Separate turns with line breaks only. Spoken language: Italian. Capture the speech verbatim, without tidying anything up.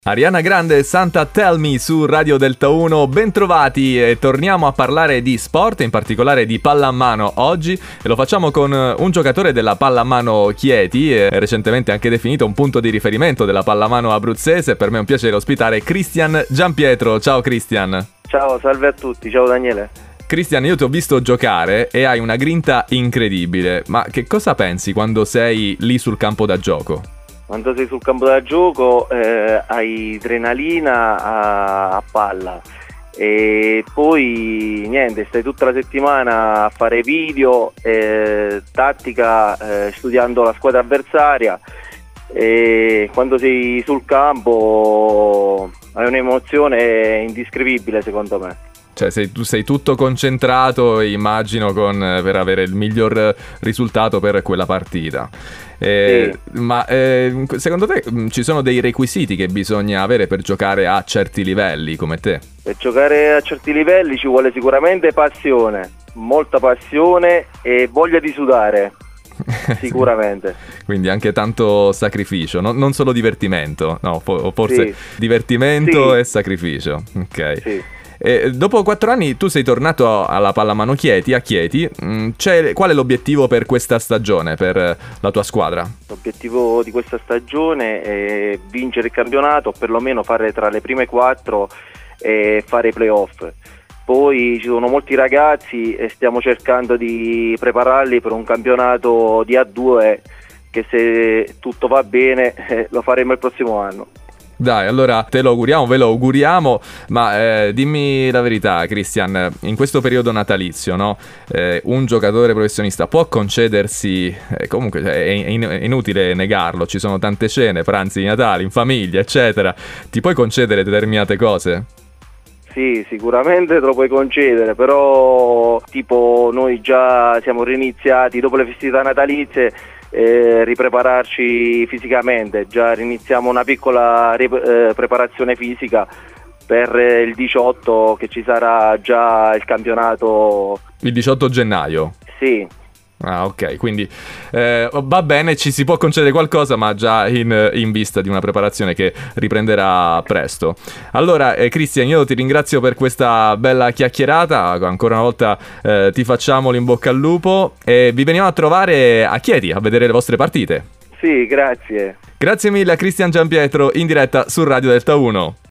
Ariana Grande e Santa Tell Me su Radio Delta uno, bentrovati e torniamo a parlare di sport, in particolare di pallamano oggi e lo facciamo con un giocatore della pallamano Chieti, e recentemente anche definito un punto di riferimento della pallamano abruzzese. Per me è un piacere ospitare Cristian Giampietro. Ciao Cristian.
Ciao, salve a tutti, ciao Daniele.
Cristian, io ti ho visto giocare e hai una grinta incredibile, ma che cosa pensi quando sei lì sul campo da gioco?
Quando sei sul campo da gioco eh, hai adrenalina a, a palla e poi niente, stai tutta la settimana a fare video, eh, tattica, eh, studiando la squadra avversaria, e quando sei sul campo hai un'emozione indescrivibile secondo me.
Cioè sei, tu sei tutto concentrato, immagino, con, per avere il miglior risultato per quella partita. Eh,
sì.
Ma eh, secondo te ci sono dei requisiti che bisogna avere per giocare a certi livelli come te?
Per giocare a certi livelli ci vuole sicuramente passione, molta passione e voglia di sudare. Sicuramente.
Quindi anche tanto sacrificio, no? Non solo divertimento, no, fo- forse
sì.
divertimento
sì.
e sacrificio. Ok.
Sì.
E dopo quattro anni tu sei tornato alla pallamano Chieti, a Chieti. C'è, qual è l'obiettivo per questa stagione, per la tua squadra?
L'obiettivo di questa stagione è vincere il campionato, o perlomeno fare tra le prime quattro e fare i playoff. Poi ci sono molti ragazzi e stiamo cercando di prepararli per un campionato di A due che, se tutto va bene, eh, lo faremo il prossimo anno.
Dai, allora te lo auguriamo, ve lo auguriamo, ma eh, dimmi la verità, Cristian, in questo periodo natalizio, no? Eh, un giocatore professionista può concedersi, eh, comunque è, in, è inutile negarlo, ci sono tante cene, pranzi di Natale, in famiglia, eccetera, ti puoi concedere determinate cose?
Sì, sicuramente te lo puoi concedere, però tipo noi già siamo reiniziati dopo le festività natalizie, eh, riprepararci fisicamente, già iniziamo una piccola rip- eh, preparazione fisica per eh, il diciotto, che ci sarà già il campionato.
Il diciotto gennaio?
Sì.
Ah, ok, quindi eh, va bene, ci si può concedere qualcosa, ma già in, in vista di una preparazione che riprenderà presto. Allora, eh, Cristian, io ti ringrazio per questa bella chiacchierata, ancora una volta eh, ti facciamo l'in bocca al lupo e vi veniamo a trovare a Chieti a vedere le vostre partite.
Sì, grazie.
Grazie mille a Cristian Giampietro in diretta su Radio Delta uno.